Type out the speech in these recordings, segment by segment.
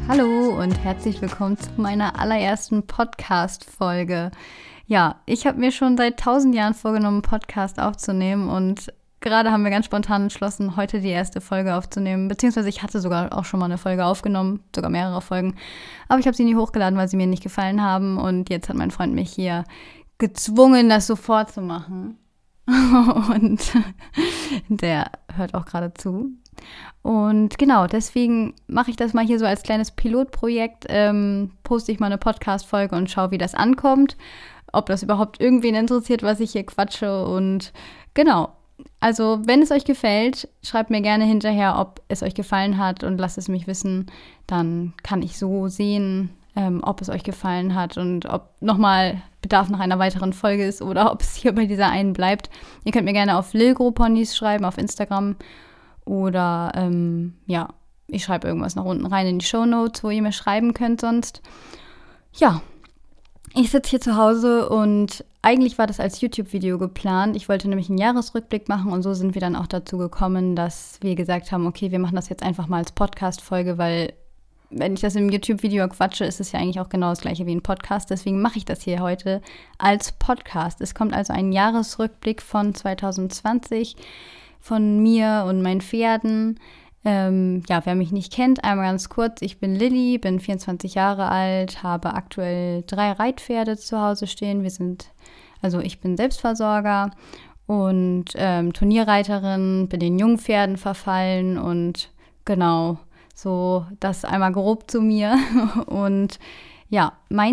Hallo und herzlich willkommen zu meiner allerersten Podcast-Folge. Ja, ich habe mir schon seit 1000 Jahren vorgenommen, einen Podcast aufzunehmen und gerade haben wir ganz spontan entschlossen, heute die erste Folge aufzunehmen, beziehungsweise ich hatte sogar auch schon mal eine Folge aufgenommen, sogar mehrere Folgen, aber ich habe sie nie hochgeladen, weil sie mir nicht gefallen haben und jetzt hat mein Freund mich hier gezwungen, das sofort zu machen und der hört auch gerade zu. Und genau, deswegen mache ich das mal hier so als kleines Pilotprojekt, poste ich mal eine Podcast-Folge und schaue, wie das ankommt, ob das überhaupt irgendwen interessiert, was ich hier quatsche und genau. Also, wenn es euch gefällt, schreibt mir gerne hinterher, ob es euch gefallen hat und lasst es mich wissen, dann kann ich so sehen, ob es euch gefallen hat und ob nochmal Bedarf nach einer weiteren Folge ist oder ob es hier bei dieser einen bleibt. Ihr könnt mir gerne auf lilgroponys schreiben, auf Instagram. Oder, ich schreibe irgendwas nach unten rein in die Shownotes, wo ihr mir schreiben könnt sonst. Ja, ich sitze hier zu Hause und eigentlich war das als YouTube-Video geplant. Ich wollte nämlich einen Jahresrückblick machen und so sind wir dann auch dazu gekommen, dass wir gesagt haben, okay, wir machen das jetzt einfach mal als Podcast-Folge, weil wenn ich das im YouTube-Video quatsche, ist es ja eigentlich auch genau das gleiche wie ein Podcast. Deswegen mache ich das hier heute als Podcast. Es kommt also ein Jahresrückblick von 2020 von mir und meinen Pferden. Wer mich nicht kennt, einmal ganz kurz. Ich bin Lilly, bin 24 Jahre alt, habe aktuell 3 Reitpferde zu Hause stehen. Ich bin Selbstversorger und Turnierreiterin, bin den Jungpferden verfallen und genau, so das einmal grob zu mir. Und ja, mein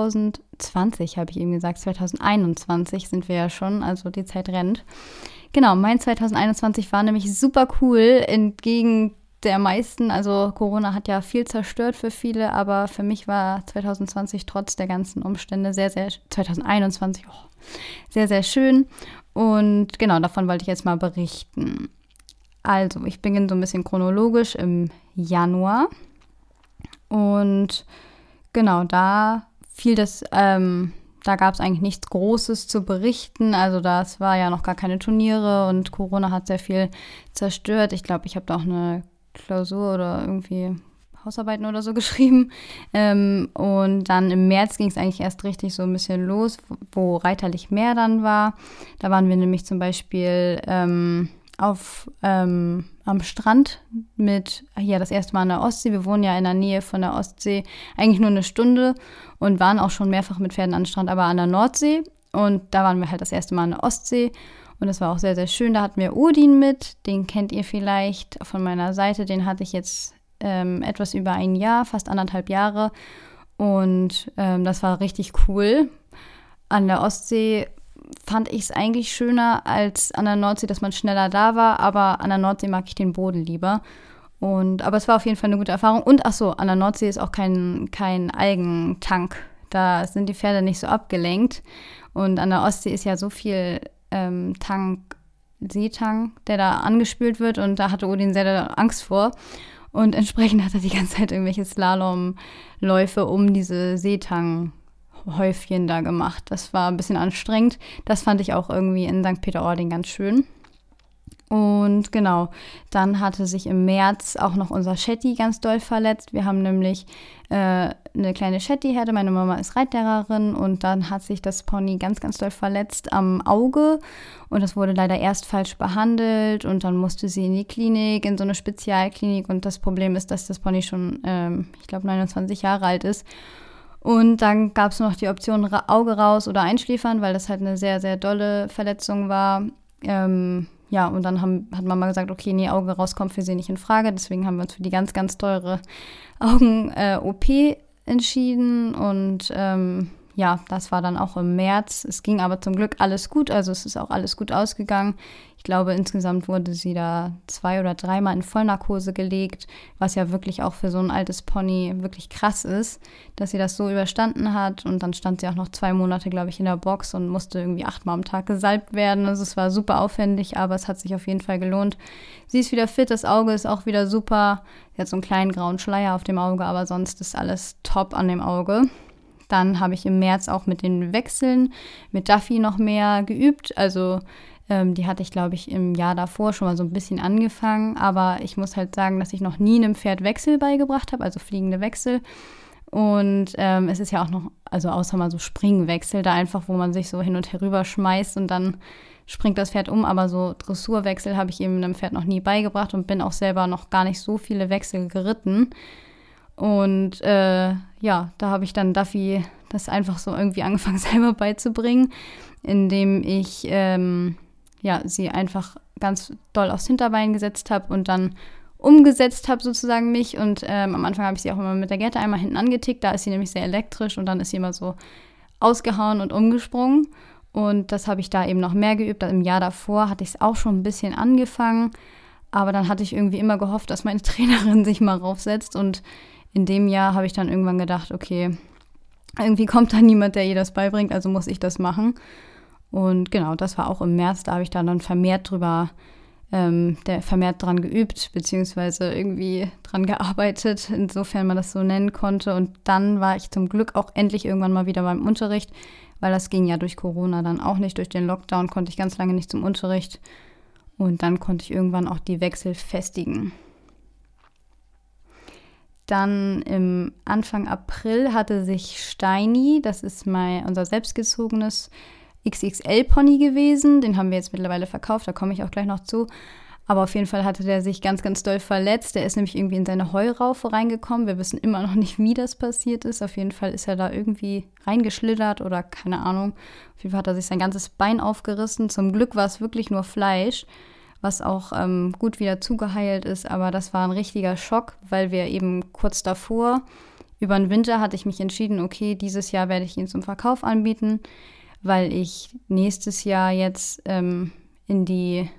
2020, habe ich eben gesagt, 2021 sind wir ja schon, also die Zeit rennt. Genau, mein 2021 war nämlich super cool, entgegen der meisten. Also Corona hat ja viel zerstört für viele, aber für mich war 2020 trotz der ganzen Umstände sehr, sehr schön. Und genau, davon wollte ich jetzt mal berichten. Also, ich beginne so ein bisschen chronologisch im Januar. Und genau, da gab es eigentlich nichts Großes zu berichten. Also das war ja noch gar keine Turniere und Corona hat sehr viel zerstört. Ich glaube, ich habe da auch eine Klausur oder irgendwie Hausarbeiten oder so geschrieben. Und dann im März ging es eigentlich erst richtig so ein bisschen los, wo Reiterlich mehr dann war. Da waren wir nämlich zum Beispiel am Strand das erste Mal an der Ostsee. Wir wohnen ja in der Nähe von der Ostsee, eigentlich nur eine Stunde und waren auch schon mehrfach mit Pferden an den Strand, aber an der Nordsee. Und da waren wir halt das erste Mal an der Ostsee und das war auch sehr, sehr schön. Da hatten wir Odin mit, den kennt ihr vielleicht von meiner Seite. Den hatte ich jetzt etwas über ein Jahr, fast 1,5 Jahre und das war richtig cool. An der Ostsee fand ich es eigentlich schöner als an der Nordsee, dass man schneller da war, aber an der Nordsee mag ich den Boden lieber. Aber es war auf jeden Fall eine gute Erfahrung. Und an der Nordsee ist auch kein Algentank. Da sind die Pferde nicht so abgelenkt. Und an der Ostsee ist ja so viel Seetang, der da angespült wird. Und da hatte Odin sehr, sehr Angst vor. Und entsprechend hat er die ganze Zeit irgendwelche Slalomläufe um diese Seetang-Häufchen da gemacht. Das war ein bisschen anstrengend. Das fand ich auch irgendwie in St. Peter-Ording ganz schön. Und genau, dann hatte sich im März auch noch unser Shetty ganz doll verletzt. Wir haben nämlich eine kleine Shetty-Herde. Meine Mama ist Reitlehrerin und dann hat sich das Pony ganz, ganz doll verletzt am Auge. Und das wurde leider erst falsch behandelt und dann musste sie in die Klinik, in so eine Spezialklinik. Und das Problem ist, dass das Pony schon, 29 Jahre alt ist. Und dann gab es noch die Option Auge raus oder einschläfern, weil das halt eine sehr, sehr dolle Verletzung war. Und dann hat Mama gesagt, okay, nee, Auge raus kommt für sie nicht in Frage. Deswegen haben wir uns für die ganz, ganz teure Augen-OP entschieden. Und das war dann auch im März. Es ging aber zum Glück alles gut. Also es ist auch alles gut ausgegangen. Ich glaube, insgesamt wurde sie da 2 oder 3 Mal in Vollnarkose gelegt, was ja wirklich auch für so ein altes Pony wirklich krass ist, dass sie das so überstanden hat. Und dann stand sie auch noch 2 Monate, glaube ich, in der Box und musste irgendwie 8 Mal am Tag gesalbt werden. Also es war super aufwendig, aber es hat sich auf jeden Fall gelohnt. Sie ist wieder fit, das Auge ist auch wieder super. Sie hat so einen kleinen grauen Schleier auf dem Auge, aber sonst ist alles top an dem Auge. Dann habe ich im März auch mit den Wechseln mit Duffy noch mehr geübt. Also Die hatte ich, glaube ich, im Jahr davor schon mal so ein bisschen angefangen. Aber ich muss halt sagen, dass ich noch nie einem Pferd Wechsel beigebracht habe, also fliegende Wechsel. Und es ist ja auch noch, also außer mal so Springwechsel, da einfach, wo man sich so hin und herüber schmeißt und dann springt das Pferd um. Aber so Dressurwechsel habe ich eben einem Pferd noch nie beigebracht und bin auch selber noch gar nicht so viele Wechsel geritten. Und da habe ich dann Duffy das einfach so irgendwie angefangen selber beizubringen, indem ich sie einfach ganz doll aufs Hinterbein gesetzt habe und dann umgesetzt habe sozusagen mich. Und am Anfang habe ich sie auch immer mit der Gerte einmal hinten angetickt, da ist sie nämlich sehr elektrisch und dann ist sie immer so ausgehauen und umgesprungen. Und das habe ich da eben noch mehr geübt. Im Jahr davor hatte ich es auch schon ein bisschen angefangen, aber dann hatte ich irgendwie immer gehofft, dass meine Trainerin sich mal raufsetzt. Und in dem Jahr habe ich dann irgendwann gedacht, okay, irgendwie kommt da niemand, der ihr das beibringt, also muss ich das machen. Und genau, das war auch im März, da habe ich dann vermehrt dran geübt, beziehungsweise irgendwie dran gearbeitet, insofern man das so nennen konnte. Und dann war ich zum Glück auch endlich irgendwann mal wieder beim Unterricht, weil das ging ja durch Corona dann auch nicht. Durch den Lockdown konnte ich ganz lange nicht zum Unterricht. Und dann konnte ich irgendwann auch die Wechsel festigen. Dann im Anfang April hatte sich Steini, das ist unser selbstgezogenes XXL-Pony gewesen, den haben wir jetzt mittlerweile verkauft, da komme ich auch gleich noch zu. Aber auf jeden Fall hatte der sich ganz, ganz doll verletzt. Der ist nämlich irgendwie in seine Heuraufe reingekommen. Wir wissen immer noch nicht, wie das passiert ist. Auf jeden Fall ist er da irgendwie reingeschlittert oder keine Ahnung. Auf jeden Fall hat er sich sein ganzes Bein aufgerissen. Zum Glück war es wirklich nur Fleisch, was auch gut wieder zugeheilt ist. Aber das war ein richtiger Schock, weil wir eben kurz davor, über den Winter, hatte ich mich entschieden, okay, dieses Jahr werde ich ihn zum Verkauf anbieten, weil ich nächstes Jahr jetzt in die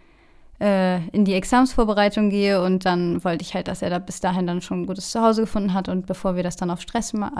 Examsvorbereitung gehe und dann wollte ich halt, dass er da bis dahin dann schon ein gutes Zuhause gefunden hat und bevor wir das dann auf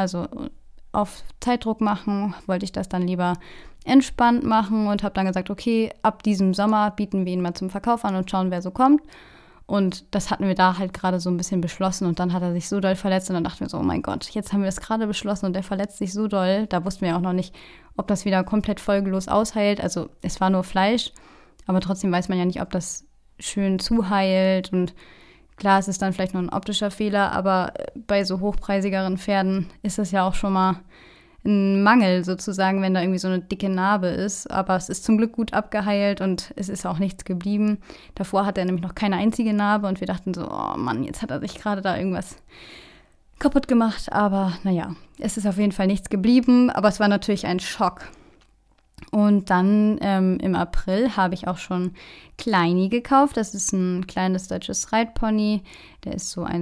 auf Zeitdruck machen, wollte ich das dann lieber entspannt machen und habe dann gesagt, okay, ab diesem Sommer bieten wir ihn mal zum Verkauf an und schauen, wer so kommt. Und das hatten wir da halt gerade so ein bisschen beschlossen und dann hat er sich so doll verletzt und dann dachten wir so, oh mein Gott, jetzt haben wir das gerade beschlossen und der verletzt sich so doll. Da wussten wir auch noch nicht, ob das wieder komplett folgelos ausheilt. Also es war nur Fleisch, aber trotzdem weiß man ja nicht, ob das schön zuheilt und klar, es ist dann vielleicht nur ein optischer Fehler, aber bei so hochpreisigeren Pferden ist das ja auch schon mal ein Mangel sozusagen, wenn da irgendwie so eine dicke Narbe ist, aber es ist zum Glück gut abgeheilt und es ist auch nichts geblieben. Davor hat er nämlich noch keine einzige Narbe und wir dachten so, oh Mann, jetzt hat er sich gerade da irgendwas kaputt gemacht, aber naja, es ist auf jeden Fall nichts geblieben, aber es war natürlich ein Schock. Und dann im April habe ich auch schon Kleini gekauft. Das ist ein kleines deutsches Reitpony. Der ist so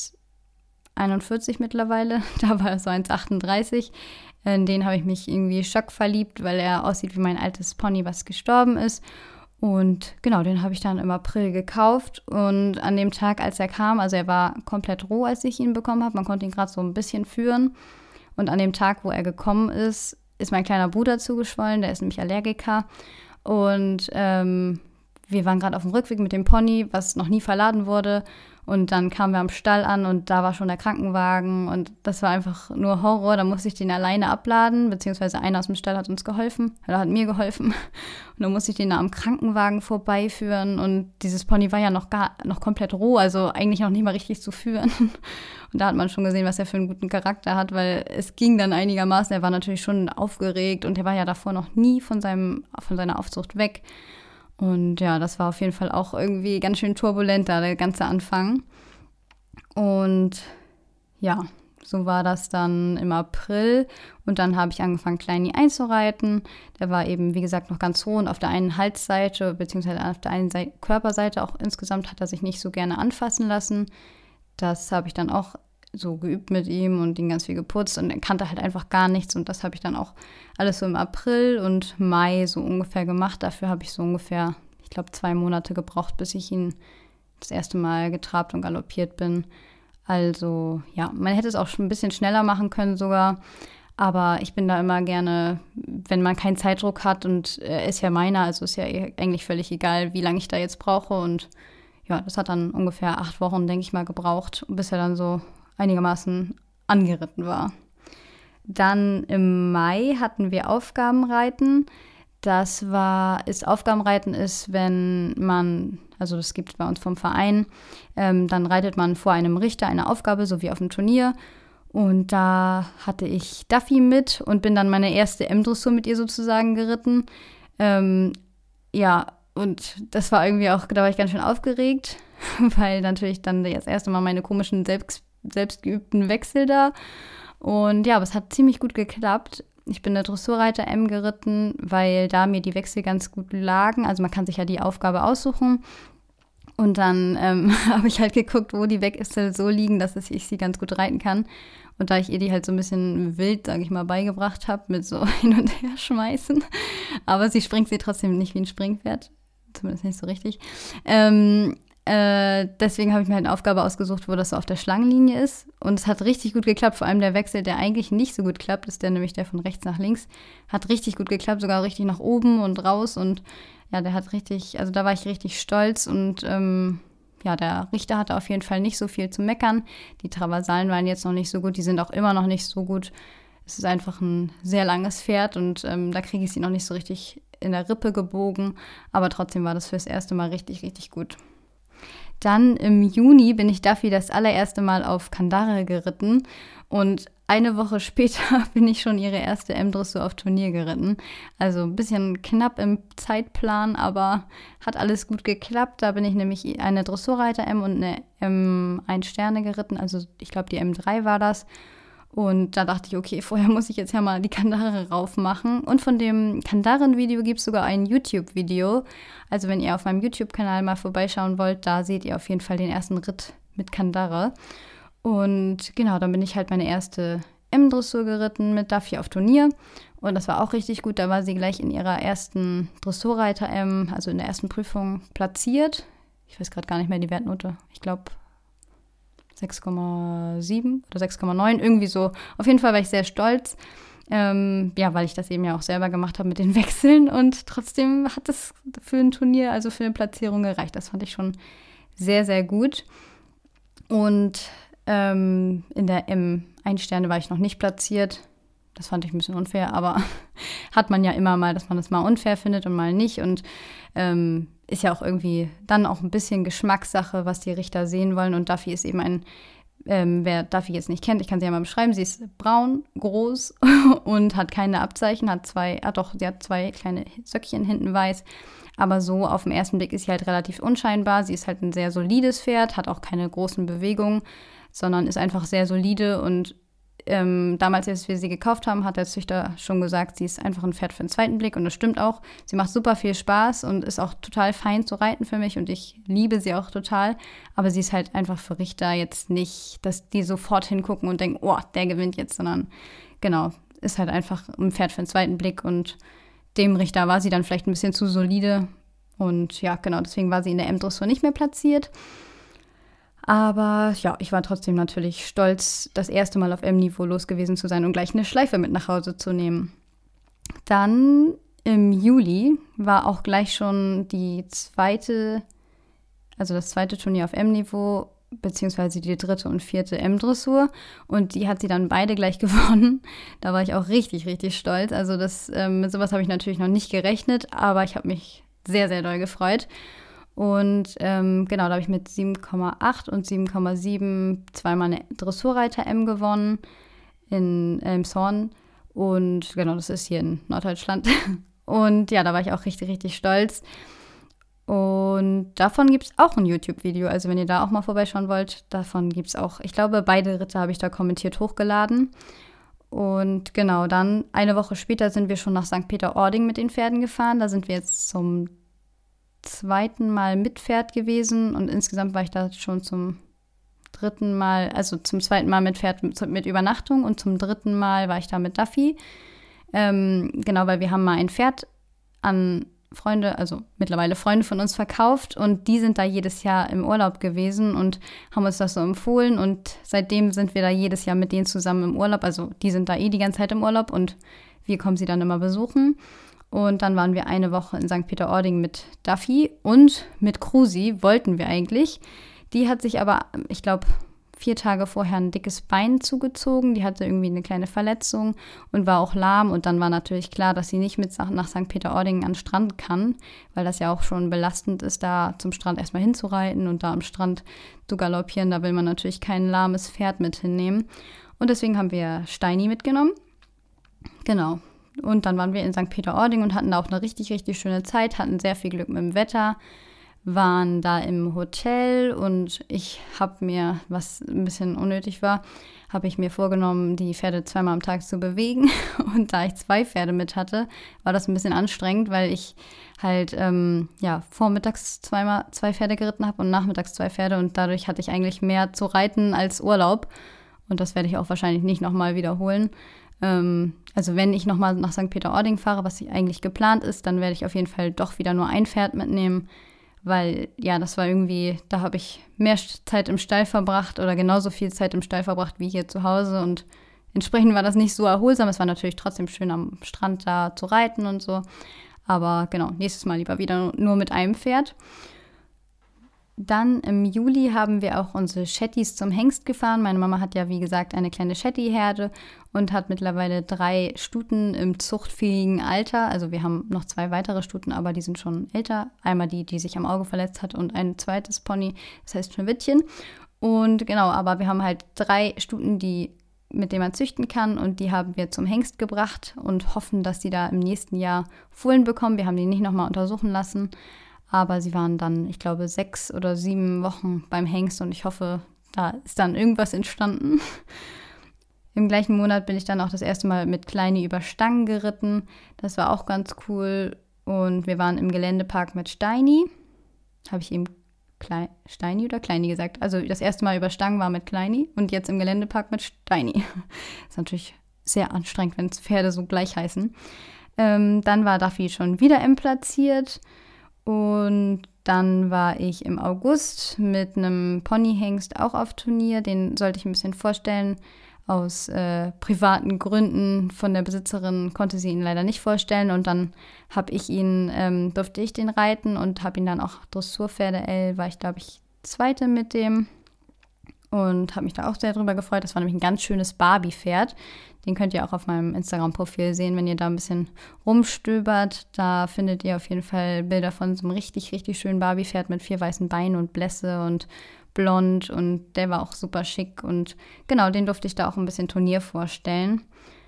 1,41 mittlerweile. Da war er so 1,38. In den habe ich mich irgendwie schockverliebt, weil er aussieht wie mein altes Pony, was gestorben ist. Und genau, den habe ich dann im April gekauft. Und an dem Tag, als er kam, also er war komplett roh, als ich ihn bekommen habe. Man konnte ihn gerade so ein bisschen führen. Und an dem Tag, wo er gekommen ist mein kleiner Bruder zugeschwollen, der ist nämlich Allergiker. Und wir waren gerade auf dem Rückweg mit dem Pony, was noch nie verladen wurde. Und dann kamen wir am Stall an und da war schon der Krankenwagen. Und das war einfach nur Horror. Da musste ich den alleine abladen, beziehungsweise einer aus dem Stall hat uns geholfen, oder hat mir geholfen. Und dann musste ich den da am Krankenwagen vorbeiführen. Und dieses Pony war ja noch komplett roh, also eigentlich noch nicht mal richtig zu führen. Und da hat man schon gesehen, was er für einen guten Charakter hat, weil es ging dann einigermaßen. Er war natürlich schon aufgeregt und er war ja davor noch nie von seiner Aufzucht weg. Und ja, das war auf jeden Fall auch irgendwie ganz schön turbulent da, der ganze Anfang. Und ja, so war das dann im April. Und dann habe ich angefangen, Kleini einzureiten. Der war eben, wie gesagt, noch ganz roh und auf der einen Halsseite, beziehungsweise auf der einen Körperseite auch insgesamt hat er sich nicht so gerne anfassen lassen. Das habe ich dann auch so geübt mit ihm und ihn ganz viel geputzt und er kannte halt einfach gar nichts und das habe ich dann auch alles so im April und Mai so ungefähr gemacht. Dafür habe ich so ungefähr, ich glaube, 2 Monate gebraucht, bis ich ihn das erste Mal getrabt und galoppiert bin. Also ja, man hätte es auch schon ein bisschen schneller machen können sogar, aber ich bin da immer gerne, wenn man keinen Zeitdruck hat und er ist ja meiner, also ist ja eigentlich völlig egal, wie lange ich da jetzt brauche und ja, das hat dann ungefähr 8 Wochen, denke ich mal, gebraucht, bis er dann so einigermaßen angeritten war. Dann im Mai hatten wir Aufgabenreiten. ist Aufgabenreiten ist, wenn man, also das gibt es bei uns vom Verein, dann reitet man vor einem Richter eine Aufgabe, so wie auf dem Turnier. Und da hatte ich Duffy mit und bin dann meine erste M-Dressur mit ihr sozusagen geritten. Ja, und das war irgendwie auch, da war ich ganz schön aufgeregt, weil natürlich dann das erste Mal meine komischen selbstgeübten Wechsel da. Und ja, aber es hat ziemlich gut geklappt. Ich bin eine Dressurreiter M geritten, weil da mir die Wechsel ganz gut lagen. Also man kann sich ja die Aufgabe aussuchen. Und dann habe ich halt geguckt, wo die Wechsel so liegen, dass ich sie ganz gut reiten kann. Und da ich ihr die halt so ein bisschen wild, sage ich mal, beigebracht habe, mit so hin und her schmeißen. Aber sie trotzdem nicht wie ein Springpferd. Zumindest nicht so richtig. Deswegen habe ich mir halt eine Aufgabe ausgesucht, wo das so auf der Schlangenlinie ist. Und es hat richtig gut geklappt. Vor allem der Wechsel, der eigentlich nicht so gut klappt, ist nämlich der von rechts nach links. Hat richtig gut geklappt, sogar richtig nach oben und raus. Und ja, der hat richtig, also da war ich richtig stolz. Und ja, der Richter hatte auf jeden Fall nicht so viel zu meckern. Die Traversalen waren jetzt noch nicht so gut, die sind auch immer noch nicht so gut. Es ist einfach ein sehr langes Pferd und da kriege ich sie noch nicht so richtig in der Rippe gebogen. Aber trotzdem war das fürs erste Mal richtig, richtig gut. Dann im Juni bin ich Duffy das allererste Mal auf Kandare geritten und eine Woche später bin ich schon ihre erste M-Dressur auf Turnier geritten. Also ein bisschen knapp im Zeitplan, aber hat alles gut geklappt. Da bin ich nämlich eine Dressurreiter M und eine M1 Sterne geritten. Also ich glaube, die M3 war das. Und da dachte ich, okay, vorher muss ich jetzt ja mal die Kandare raufmachen. Und von dem Kandaren-Video gibt es sogar ein YouTube-Video. Also wenn ihr auf meinem YouTube-Kanal mal vorbeischauen wollt, da seht ihr auf jeden Fall den ersten Ritt mit Kandare. Und genau, dann bin ich halt meine erste M-Dressur geritten mit Duffy auf Turnier. Und das war auch richtig gut. Da war sie gleich in ihrer ersten Dressurreiter-M, also in der ersten Prüfung, platziert. Ich weiß gerade gar nicht mehr die Wertnote. Ich glaube 6,7 oder 6,9, irgendwie so. Auf jeden Fall war ich sehr stolz, ja, weil ich das eben ja auch selber gemacht habe mit den Wechseln und trotzdem hat es für ein Turnier, also für eine Platzierung gereicht. Das fand ich schon sehr, sehr gut. Und in der M1 Sterne war ich noch nicht platziert. Das fand ich ein bisschen unfair, aber hat man ja immer mal, dass man das mal unfair findet und mal nicht. Und ist ja auch irgendwie dann auch ein bisschen Geschmackssache, was die Richter sehen wollen. Und Duffy ist eben wer Duffy jetzt nicht kennt, ich kann sie ja mal beschreiben, sie ist braun, groß und hat keine Abzeichen, sie hat zwei kleine Söckchen hinten weiß. Aber so auf den ersten Blick ist sie halt relativ unscheinbar. Sie ist halt ein sehr solides Pferd, hat auch keine großen Bewegungen, sondern ist einfach sehr solide und damals, als wir sie gekauft haben, hat der Züchter schon gesagt, sie ist einfach ein Pferd für den zweiten Blick und das stimmt auch. Sie macht super viel Spaß und ist auch total fein zu reiten für mich und ich liebe sie auch total. Aber sie ist halt einfach für Richter jetzt nicht, dass die sofort hingucken und denken, oh, der gewinnt jetzt, sondern genau, ist halt einfach ein Pferd für den zweiten Blick und dem Richter war sie dann vielleicht ein bisschen zu solide und ja, genau, deswegen war sie in der M-Dressur nicht mehr platziert. Aber ja, ich war trotzdem natürlich stolz, das erste Mal auf M-Niveau los gewesen zu sein und gleich eine Schleife mit nach Hause zu nehmen. Dann im Juli war auch gleich schon das zweite Turnier auf M-Niveau, beziehungsweise die dritte und vierte M-Dressur. Und die hat sie dann beide gleich gewonnen. Da war ich auch richtig, richtig stolz. Also mit sowas habe ich natürlich noch nicht gerechnet, aber ich habe mich sehr, sehr doll gefreut. Und genau, da habe ich mit 7,8 und 7,7 zweimal eine Dressurreiter-M gewonnen im Zorn. Und genau, das ist hier in Norddeutschland. Und ja, da war ich auch richtig, richtig stolz. Und davon gibt es auch ein YouTube-Video. Also wenn ihr da auch mal vorbeischauen wollt, davon gibt es auch, ich glaube, beide Ritte habe ich da kommentiert hochgeladen. Und genau, dann eine Woche später sind wir schon nach St. Peter-Ording mit den Pferden gefahren. Da sind wir jetzt zum zweiten Mal mit Pferd gewesen und insgesamt war ich da schon zum dritten Mal, also zum zweiten Mal mit Pferd mit Übernachtung und zum dritten Mal war ich da mit Duffy. Genau, weil wir haben mal ein Pferd an Freunde, also mittlerweile Freunde von uns verkauft und die sind da jedes Jahr im Urlaub gewesen und haben uns das so empfohlen und seitdem sind wir da jedes Jahr mit denen zusammen im Urlaub, also die sind da die ganze Zeit im Urlaub und wir kommen sie dann immer besuchen. Und dann waren wir eine Woche in St. Peter-Ording mit Duffy und mit Krusi wollten wir eigentlich. Die hat sich aber, ich glaube, 4 Tage vorher ein dickes Bein zugezogen. Die hatte irgendwie eine kleine Verletzung und war auch lahm. Und dann war natürlich klar, dass sie nicht mit nach St. Peter-Ording an den Strand kann, weil das ja auch schon belastend ist, da zum Strand erstmal hinzureiten und da am Strand zu galoppieren. Da will man natürlich kein lahmes Pferd mit hinnehmen. Und deswegen haben wir Steini mitgenommen. Genau. Und dann waren wir in St. Peter-Ording und hatten da auch eine richtig, richtig schöne Zeit, hatten sehr viel Glück mit dem Wetter, waren da im Hotel und ich habe mir, was ein bisschen unnötig war, habe ich mir vorgenommen, die Pferde 2-mal am Tag zu bewegen. Und da ich 2 Pferde mit hatte, war das ein bisschen anstrengend, weil ich halt vormittags 2 Pferde geritten habe und nachmittags 2 Pferde und dadurch hatte ich eigentlich mehr zu reiten als Urlaub. Und das werde ich auch wahrscheinlich nicht nochmal wiederholen. Also wenn ich nochmal nach St. Peter-Ording fahre, was eigentlich geplant ist, dann werde ich auf jeden Fall doch wieder nur ein Pferd mitnehmen, weil ja, das war irgendwie, da habe ich mehr Zeit im Stall verbracht oder genauso viel Zeit im Stall verbracht wie hier zu Hause und entsprechend war das nicht so erholsam. Es war natürlich trotzdem schön am Strand da zu reiten und so, aber genau, nächstes Mal lieber wieder nur mit einem Pferd. Dann im Juli haben wir auch unsere Shetties zum Hengst gefahren. Meine Mama hat ja, wie gesagt, eine kleine Shetty-Herde und hat mittlerweile 3 Stuten im zuchtfähigen Alter. Also wir haben noch 2 weitere Stuten, aber die sind schon älter. Einmal die sich am Auge verletzt hat und ein zweites Pony, das heißt Schneewittchen. Und genau, aber wir haben halt 3 Stuten, mit denen man züchten kann und die haben wir zum Hengst gebracht und hoffen, dass die da im nächsten Jahr Fohlen bekommen. Wir haben die nicht nochmal untersuchen lassen. Aber sie waren dann, ich glaube, 6 oder 7 Wochen beim Hengst und ich hoffe, da ist dann irgendwas entstanden. Im gleichen Monat bin ich dann auch das erste Mal mit Kleini über Stangen geritten. Das war auch ganz cool. Und wir waren im Geländepark mit Steini. Habe ich eben Steini oder Kleini gesagt? Also das erste Mal über Stangen war mit Kleini und jetzt im Geländepark mit Steini. Ist natürlich sehr anstrengend, wenn es Pferde so gleich heißen. Dann war Duffy schon wieder platziert. Und dann war ich im August mit einem Ponyhengst auch auf Turnier. Den sollte ich ein bisschen vorstellen. Aus privaten Gründen von der Besitzerin konnte sie ihn leider nicht vorstellen. Und dann durfte ich den reiten und habe ihn dann auch Dressurpferde L, war ich glaube ich Zweite mit dem. Und habe mich da auch sehr drüber gefreut. Das war nämlich ein ganz schönes Barbie-Pferd. Den könnt ihr auch auf meinem Instagram-Profil sehen, wenn ihr da ein bisschen rumstöbert. Da findet ihr auf jeden Fall Bilder von so einem richtig, richtig schönen Barbie-Pferd mit 4 weißen Beinen und Blässe und blond. Und der war auch super schick. Und genau, den durfte ich da auch ein bisschen Turnier vorstellen.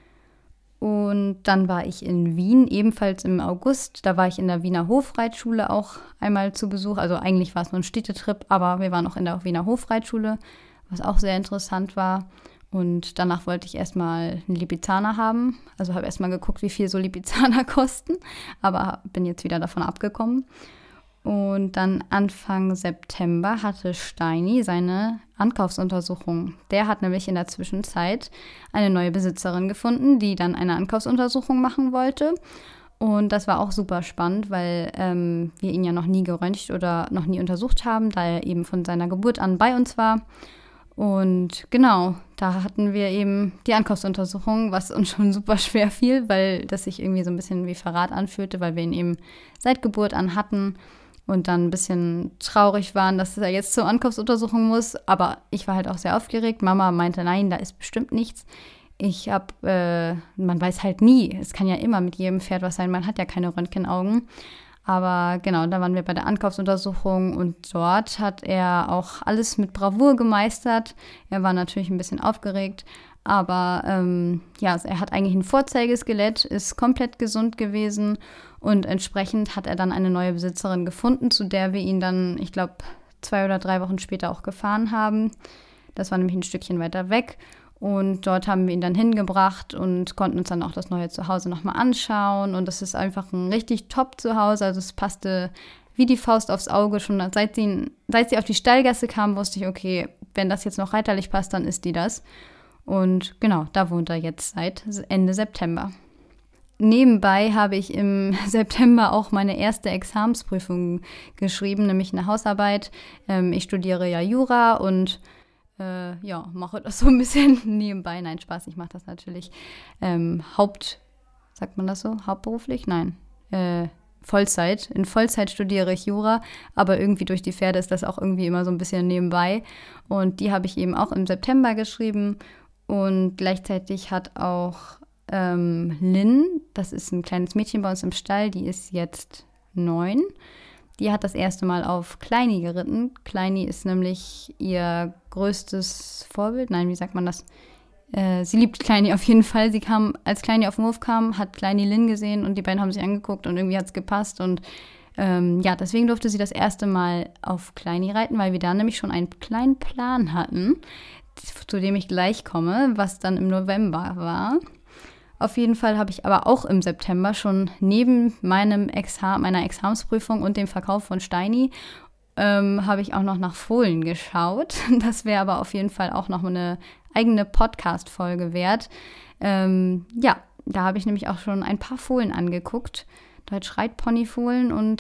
Und dann war ich in Wien, ebenfalls im August. Da war ich in der Wiener Hofreitschule auch einmal zu Besuch. Also eigentlich war es nur ein Städtetrip, aber wir waren auch in der Wiener Hofreitschule, was auch sehr interessant war. Und danach wollte ich erstmal einen Lipizzaner haben. Also habe erstmal geguckt, wie viel so Lipizzaner kosten, aber bin jetzt wieder davon abgekommen. Und dann Anfang September hatte Steini seine Ankaufsuntersuchung. Der hat nämlich in der Zwischenzeit eine neue Besitzerin gefunden, die dann eine Ankaufsuntersuchung machen wollte. Und das war auch super spannend, weil wir ihn ja noch nie geröntgt oder noch nie untersucht haben, da er eben von seiner Geburt an bei uns war. Und genau, da hatten wir eben die Ankaufsuntersuchung, was uns schon super schwer fiel, weil das sich irgendwie so ein bisschen wie Verrat anfühlte, weil wir ihn eben seit Geburt an hatten und dann ein bisschen traurig waren, dass er jetzt zur Ankaufsuntersuchung muss. Aber ich war halt auch sehr aufgeregt. Mama meinte, nein, da ist bestimmt nichts. Man weiß halt nie. Es kann ja immer mit jedem Pferd was sein. Man hat ja keine Röntgenaugen. Aber genau, da waren wir bei der Ankaufsuntersuchung und dort hat er auch alles mit Bravour gemeistert. Er war natürlich ein bisschen aufgeregt, aber er hat eigentlich ein Vorzeigeskelett, ist komplett gesund gewesen und entsprechend hat er dann eine neue Besitzerin gefunden, zu der wir ihn dann, ich glaube, 2 oder 3 Wochen später auch gefahren haben. Das war nämlich ein Stückchen weiter weg. Und dort haben wir ihn dann hingebracht und konnten uns dann auch das neue Zuhause nochmal anschauen. Und das ist einfach ein richtig top Zuhause. Also es passte wie die Faust aufs Auge. Schon seit sie auf die Stallgasse kam, wusste ich, okay, wenn das jetzt noch reiterlich passt, dann ist die das. Und genau, da wohnt er jetzt seit Ende September. Nebenbei habe ich im September auch meine erste Examensprüfung geschrieben, nämlich eine Hausarbeit. Ich studiere ja Jura und mache das so ein bisschen nebenbei. Nein, Spaß, ich mache das natürlich sagt man das so? Hauptberuflich? Nein. Vollzeit. In Vollzeit studiere ich Jura, aber irgendwie durch die Pferde ist das auch irgendwie immer so ein bisschen nebenbei. Und die habe ich eben auch im September geschrieben. Und gleichzeitig hat auch Lynn, das ist ein kleines Mädchen bei uns im Stall, die ist jetzt 9. Die hat das erste Mal auf Kleini geritten. Kleini ist nämlich ihr größtes Vorbild. Nein, wie sagt man das? Sie liebt Kleini auf jeden Fall. Sie kam, als Kleini auf den Hof kam, hat Kleini Lynn gesehen und die beiden haben sich angeguckt und irgendwie hat es gepasst. Und deswegen durfte sie das erste Mal auf Kleini reiten, weil wir da nämlich schon einen kleinen Plan hatten, zu dem ich gleich komme, was dann im November war. Auf jeden Fall habe ich aber auch im September schon neben meiner Examensprüfung und dem Verkauf von Steini habe ich auch noch nach Fohlen geschaut. Das wäre aber auf jeden Fall auch noch eine eigene Podcast-Folge wert. Da habe ich nämlich auch schon ein paar Fohlen angeguckt. Deutsch-Reitpony-Fohlen und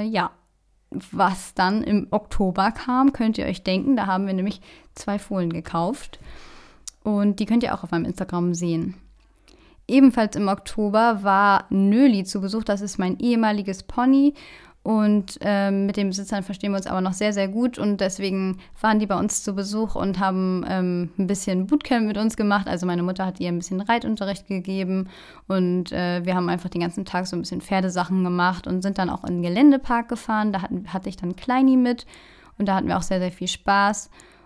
was dann im Oktober kam, könnt ihr euch denken. Da haben wir nämlich 2 Fohlen gekauft und die könnt ihr auch auf meinem Instagram sehen. Ebenfalls im Oktober war Nöli zu Besuch, das ist mein ehemaliges Pony und mit den Besitzern verstehen wir uns aber noch sehr, sehr gut und deswegen waren die bei uns zu Besuch und haben ein bisschen Bootcamp mit uns gemacht. Also meine Mutter hat ihr ein bisschen Reitunterricht gegeben und wir haben einfach den ganzen Tag so ein bisschen Pferdesachen gemacht und sind dann auch in den Geländepark gefahren. Da hatte ich dann Kleini mit und da hatten wir auch sehr, sehr viel Spaß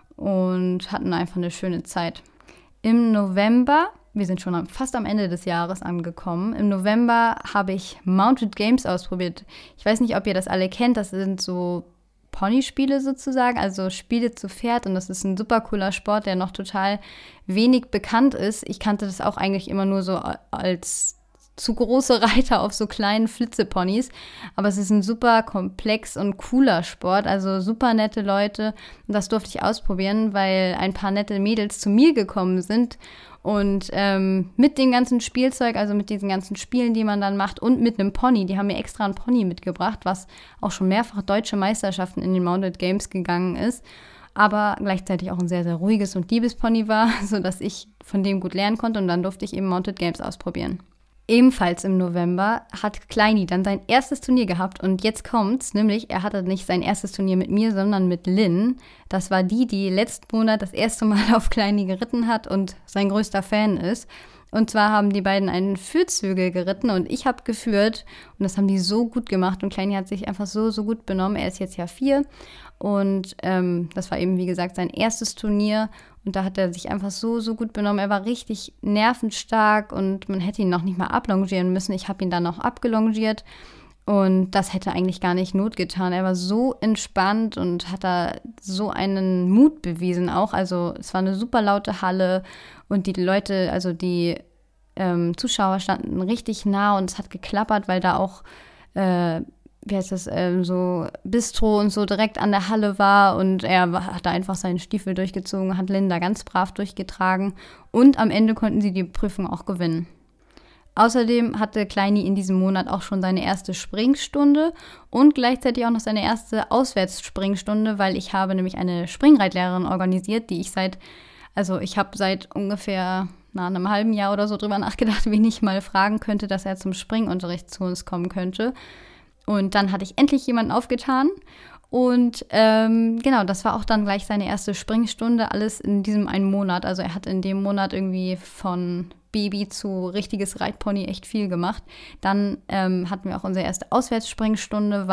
und hatten einfach eine schöne Zeit. Im November, wir sind schon fast am Ende des Jahres angekommen. Im November habe ich Mounted Games ausprobiert. Ich weiß nicht, ob ihr das alle kennt. Das sind so Ponyspiele sozusagen, also Spiele zu Pferd. Und das ist ein super cooler Sport, der noch total wenig bekannt ist. Ich kannte das auch eigentlich immer nur so als zu große Reiter auf so kleinen Flitzeponys. Aber es ist ein super komplex und cooler Sport, also super nette Leute. Und das durfte ich ausprobieren, weil ein paar nette Mädels zu mir gekommen sind. Und mit dem ganzen Spielzeug, also mit diesen ganzen Spielen, die man dann macht und mit einem Pony, die haben mir extra ein Pony mitgebracht, was auch schon mehrfach deutsche Meisterschaften in den Mounted Games gegangen ist, aber gleichzeitig auch ein sehr, sehr ruhiges und liebes Pony war, sodass ich von dem gut lernen konnte und dann durfte ich eben Mounted Games ausprobieren. Ebenfalls im November hat Kleini dann sein erstes Turnier gehabt und jetzt kommt's, nämlich er hatte nicht sein erstes Turnier mit mir, sondern mit Lynn. Das war die letzten Monat das erste Mal auf Kleini geritten hat und sein größter Fan ist. Und zwar haben die beiden einen Führzügel geritten und ich habe geführt und das haben die so gut gemacht und Kleini hat sich einfach so gut benommen. Er ist jetzt ja 4 und das war eben, wie gesagt, sein erstes Turnier. Und da hat er sich einfach so gut benommen. Er war richtig nervenstark und man hätte ihn noch nicht mal ablongieren müssen. Ich habe ihn dann noch abgelongiert und das hätte eigentlich gar nicht Not getan. Er war so entspannt und hat da so einen Mut bewiesen auch. Also es war eine super laute Halle und die Leute, also die Zuschauer standen richtig nah und es hat geklappert, weil da auch so Bistro und so direkt an der Halle war und er hat da einfach seinen Stiefel durchgezogen, hat Linda ganz brav durchgetragen und am Ende konnten sie die Prüfung auch gewinnen. Außerdem hatte Kleini in diesem Monat auch schon seine erste Springstunde und gleichzeitig auch noch seine erste Auswärtsspringstunde, weil ich habe nämlich eine Springreitlehrerin organisiert, ich habe seit ungefähr einem halben Jahr oder so drüber nachgedacht, wen ich mal fragen könnte, dass er zum Springunterricht zu uns kommen könnte. Und dann hatte ich endlich jemanden aufgetan und das war auch dann gleich seine erste Springstunde, alles in diesem einen Monat. Also er hat in dem Monat irgendwie von Baby zu richtiges Reitpony echt viel gemacht. Dann hatten wir auch unsere erste Auswärtsspringstunde,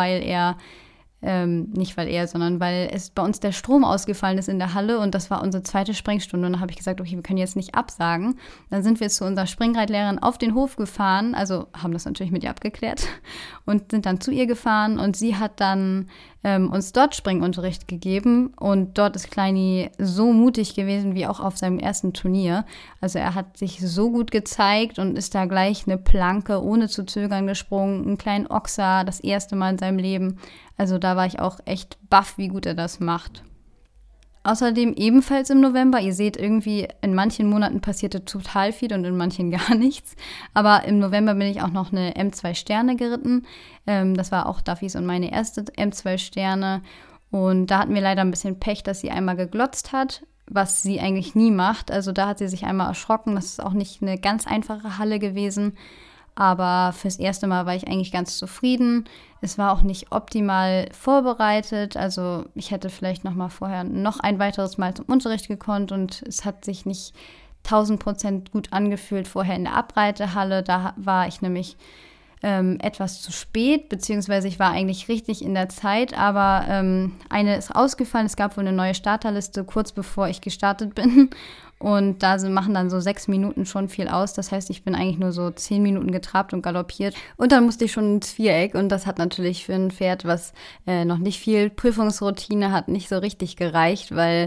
sondern weil es bei uns der Strom ausgefallen ist in der Halle und das war unsere zweite Springstunde. Und dann habe ich gesagt, okay, wir können jetzt nicht absagen. Dann sind wir zu unserer Springreitlehrerin auf den Hof gefahren, also haben das natürlich mit ihr abgeklärt und sind dann zu ihr gefahren und sie hat dann uns dort Springunterricht gegeben und dort ist Kleini so mutig gewesen wie auch auf seinem ersten Turnier. Also er hat sich so gut gezeigt und ist da gleich eine Planke ohne zu zögern gesprungen, einen kleinen Ochser, das erste Mal in seinem Leben. Also da war ich auch echt baff, wie gut er das macht. Außerdem ebenfalls im November, ihr seht irgendwie, in manchen Monaten passierte total viel und in manchen gar nichts. Aber im November bin ich auch noch eine M2 Sterne geritten. Das war auch Duffys und meine erste M2 Sterne. Und da hatten wir leider ein bisschen Pech, dass sie einmal geglotzt hat, was sie eigentlich nie macht. Also da hat sie sich einmal erschrocken. Das ist auch nicht eine ganz einfache Halle gewesen. Aber fürs erste Mal war ich eigentlich ganz zufrieden. Es war auch nicht optimal vorbereitet. Also ich hätte vielleicht noch mal vorher noch ein weiteres Mal zum Unterricht gekonnt und es hat sich nicht 1000% gut angefühlt vorher in der Abreitehalle. Da war ich nämlich etwas zu spät, beziehungsweise ich war eigentlich richtig in der Zeit, aber eine ist ausgefallen. Es gab wohl eine neue Starterliste kurz bevor ich gestartet bin und da machen dann so 6 Minuten schon viel aus. Das heißt, ich bin eigentlich nur so 10 Minuten getrabt und galoppiert und dann musste ich schon ins Viereck und das hat natürlich für ein Pferd, was noch nicht viel Prüfungsroutine hat, nicht so richtig gereicht, weil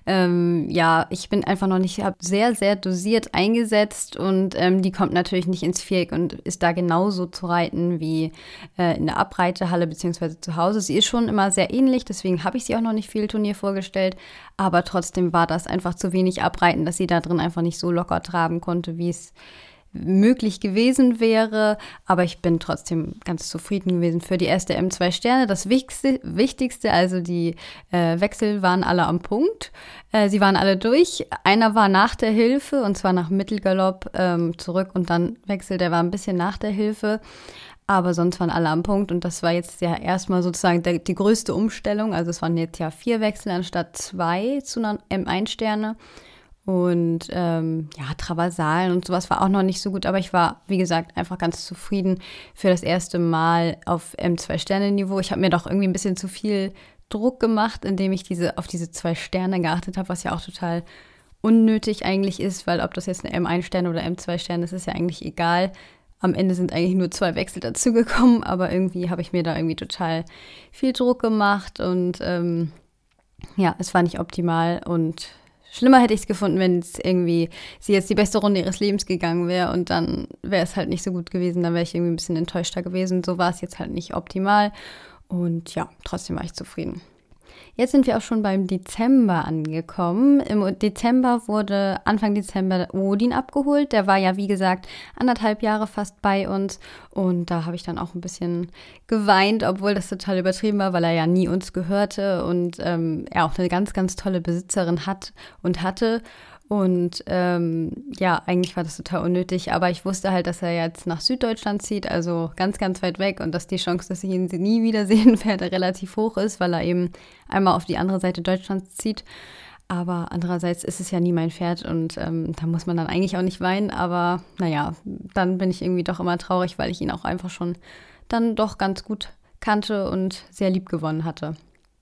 ich bin einfach noch nicht, habe sehr, sehr dosiert eingesetzt und die kommt natürlich nicht ins Viereck und ist da genauso zu reiten wie in der Abreitehalle beziehungsweise zu Hause. Sie ist schon immer sehr ähnlich, deswegen habe ich sie auch noch nicht viel Turnier vorgestellt, aber trotzdem war das einfach zu wenig Abreiten, dass sie da drin einfach nicht so locker traben konnte, wie es möglich gewesen wäre, aber ich bin trotzdem ganz zufrieden gewesen für die erste M2 Sterne. Das Wichtigste, also die Wechsel waren alle am Punkt. Sie waren alle durch. Einer war nach der Hilfe und zwar nach Mittelgalopp zurück und dann Wechsel, der war ein bisschen nach der Hilfe. Aber sonst waren alle am Punkt und das war jetzt ja erstmal sozusagen die größte Umstellung. Also es waren jetzt ja 4 Wechsel anstatt 2 zu einer M1 Sterne. Und Traversalen und sowas war auch noch nicht so gut, aber ich war, wie gesagt, einfach ganz zufrieden für das erste Mal auf M2-Sterne-Niveau. Ich habe mir doch irgendwie ein bisschen zu viel Druck gemacht, indem ich auf diese 2 Sterne geachtet habe, was ja auch total unnötig eigentlich ist, weil ob das jetzt eine M1-Sterne oder M2-Sterne ist, ist ja eigentlich egal. Am Ende sind eigentlich nur 2 Wechsel dazugekommen, aber irgendwie habe ich mir da irgendwie total viel Druck gemacht und es war nicht optimal und schlimmer hätte ich es gefunden, wenn es irgendwie sie jetzt die beste Runde ihres Lebens gegangen wäre und dann wäre es halt nicht so gut gewesen, dann wäre ich irgendwie ein bisschen enttäuschter gewesen. So war es jetzt halt nicht optimal und ja, trotzdem war ich zufrieden. Jetzt sind wir auch schon beim Dezember angekommen. Im Dezember wurde Anfang Dezember Odin abgeholt. Der war ja, wie gesagt, 1,5 Jahre fast bei uns. Und da habe ich dann auch ein bisschen geweint, obwohl das total übertrieben war, weil er ja nie uns gehörte und er auch eine ganz, ganz tolle Besitzerin hat und hatte. Und eigentlich war das total unnötig, aber ich wusste halt, dass er jetzt nach Süddeutschland zieht, also ganz, ganz weit weg und dass die Chance, dass ich ihn nie wiedersehen werde, relativ hoch ist, weil er eben einmal auf die andere Seite Deutschlands zieht. Aber andererseits ist es ja nie mein Pferd und da muss man dann eigentlich auch nicht weinen, aber naja, dann bin ich irgendwie doch immer traurig, weil ich ihn auch einfach schon dann doch ganz gut kannte und sehr lieb gewonnen hatte.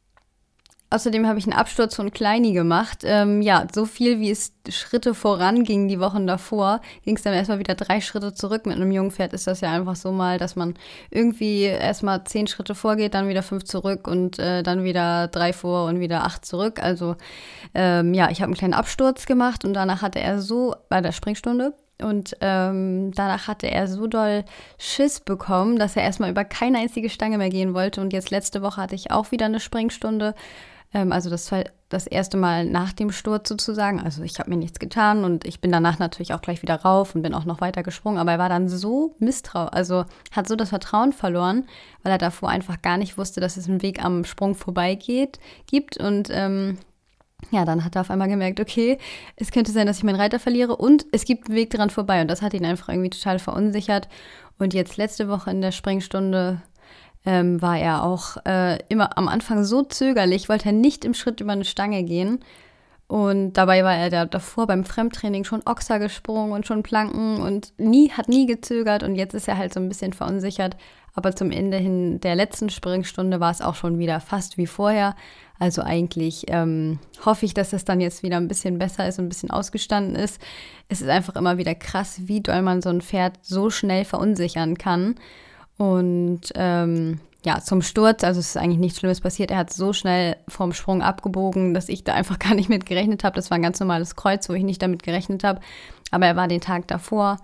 Außerdem habe ich einen Absturz von Kleini gemacht. So viel wie es Schritte voranging die Wochen davor, ging es dann erstmal wieder 3 Schritte zurück. Mit einem jungen Pferd ist das ja einfach so mal, dass man irgendwie erstmal 10 Schritte vorgeht, dann wieder 5 zurück und dann wieder 3 vor und wieder 8 zurück. Also ich habe einen kleinen Absturz gemacht und danach hatte er so bei der Springstunde. Und danach hatte er so doll Schiss bekommen, dass er erstmal über keine einzige Stange mehr gehen wollte. Und jetzt letzte Woche hatte ich auch wieder eine Springstunde. Also das war das erste Mal nach dem Sturz sozusagen. Also ich habe mir nichts getan und ich bin danach natürlich auch gleich wieder rauf und bin auch noch weiter gesprungen. Aber er war dann so misstrauisch, also hat so das Vertrauen verloren, weil er davor einfach gar nicht wusste, dass es einen Weg am Sprung gibt. Und dann hat er auf einmal gemerkt, okay, es könnte sein, dass ich meinen Reiter verliere und es gibt einen Weg dran vorbei. Und das hat ihn einfach irgendwie total verunsichert. Und jetzt letzte Woche in der Springstunde war er auch immer am Anfang so zögerlich, wollte er nicht im Schritt über eine Stange gehen. Und dabei war er davor beim Fremdtraining schon Ochser gesprungen und schon Planken und hat nie gezögert. Und jetzt ist er halt so ein bisschen verunsichert. Aber zum Ende hin der letzten Springstunde war es auch schon wieder fast wie vorher. Also eigentlich hoffe ich, dass das dann jetzt wieder ein bisschen besser ist und ein bisschen ausgestanden ist. Es ist einfach immer wieder krass, wie doll man so ein Pferd so schnell verunsichern kann. Und zum Sturz, also es ist eigentlich nichts Schlimmes passiert. Er hat so schnell vom Sprung abgebogen, dass ich da einfach gar nicht mit gerechnet habe. Das war ein ganz normales Kreuz, wo ich nicht damit gerechnet habe. Aber er war den Tag davor,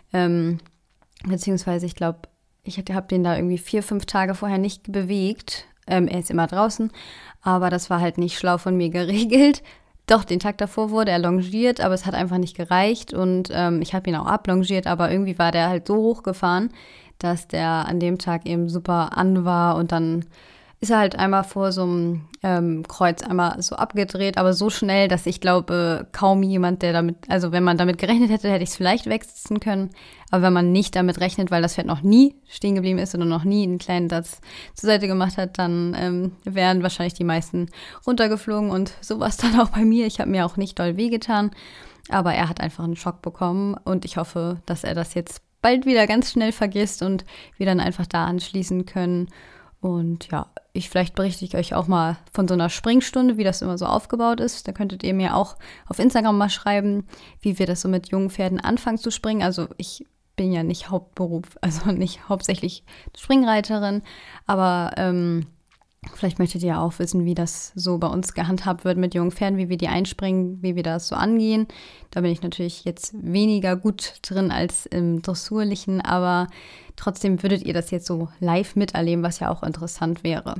beziehungsweise ich glaube, ich habe den da irgendwie 4-5 Tage vorher nicht bewegt. Er ist immer draußen, aber das war halt nicht schlau von mir geregelt. Doch, den Tag davor wurde er longiert, aber es hat einfach nicht gereicht und ich habe ihn auch ablongiert, aber irgendwie war der halt so hochgefahren, dass der an dem Tag eben super an war und dann ist er halt einmal vor so einem Kreuz einmal so abgedreht, aber so schnell, dass ich glaube, kaum jemand, der damit, also wenn man damit gerechnet hätte, hätte ich es vielleicht wegsetzen können. Aber wenn man nicht damit rechnet, weil das Pferd noch nie stehen geblieben ist oder noch nie einen kleinen Satz zur Seite gemacht hat, dann wären wahrscheinlich die meisten runtergeflogen. Und so war es dann auch bei mir. Ich habe mir auch nicht doll wehgetan, aber er hat einfach einen Schock bekommen. Und ich hoffe, dass er das jetzt bald wieder ganz schnell vergisst und wir dann einfach da anschließen können. Und ja, vielleicht berichte ich euch auch mal von so einer Springstunde, wie das immer so aufgebaut ist. Da könntet ihr mir auch auf Instagram mal schreiben, wie wir das so mit jungen Pferden anfangen zu springen. Also ich bin ja nicht Hauptberuf, also nicht hauptsächlich Springreiterin, aber vielleicht möchtet ihr ja auch wissen, wie das so bei uns gehandhabt wird mit jungen Pferden, wie wir die einspringen, wie wir das so angehen. Da bin ich natürlich jetzt weniger gut drin als im Dressurlichen, aber trotzdem würdet ihr das jetzt so live miterleben, was ja auch interessant wäre.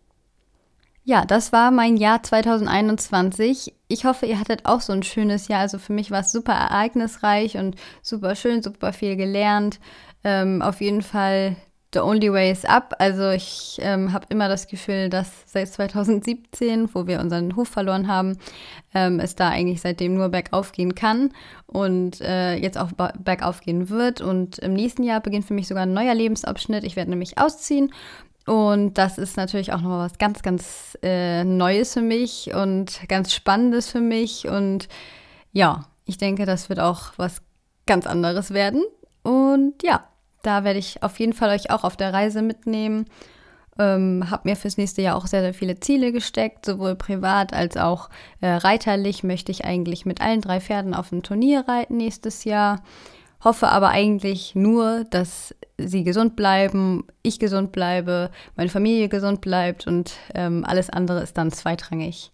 Ja, das war mein Jahr 2021. Ich hoffe, ihr hattet auch so ein schönes Jahr. Also für mich war es super ereignisreich und super schön, super viel gelernt. Auf jeden Fall the only way is up. Also ich habe immer das Gefühl, dass seit 2017, wo wir unseren Hof verloren haben, es da eigentlich seitdem nur bergauf gehen kann und jetzt auch bergauf gehen wird. Und im nächsten Jahr beginnt für mich sogar ein neuer Lebensabschnitt. Ich werde nämlich ausziehen. Und das ist natürlich auch nochmal was ganz, ganz Neues für mich und ganz Spannendes für mich. Und ja, ich denke, das wird auch was ganz anderes werden. Und ja, da werde ich auf jeden Fall euch auch auf der Reise mitnehmen. Habe mir fürs nächste Jahr auch sehr, sehr viele Ziele gesteckt, sowohl privat als auch reiterlich möchte ich eigentlich mit allen 3 Pferden auf dem Turnier reiten nächstes Jahr. Hoffe aber eigentlich nur, dass sie gesund bleiben, ich gesund bleibe, meine Familie gesund bleibt und alles andere ist dann zweitrangig.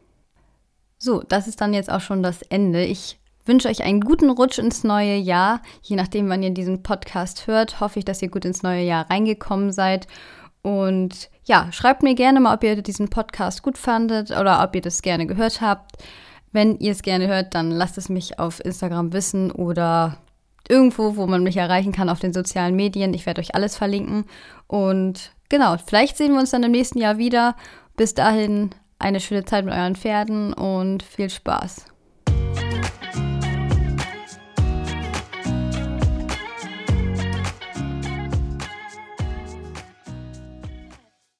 So, das ist dann jetzt auch schon das Ende. Ich wünsche euch einen guten Rutsch ins neue Jahr. Je nachdem, wann ihr diesen Podcast hört, hoffe ich, dass ihr gut ins neue Jahr reingekommen seid. Und ja, schreibt mir gerne mal, ob ihr diesen Podcast gut fandet oder ob ihr das gerne gehört habt. Wenn ihr es gerne hört, dann lasst es mich auf Instagram wissen oder irgendwo, wo man mich erreichen kann auf den sozialen Medien. Ich werde euch alles verlinken. Und genau, vielleicht sehen wir uns dann im nächsten Jahr wieder. Bis dahin eine schöne Zeit mit euren Pferden und viel Spaß.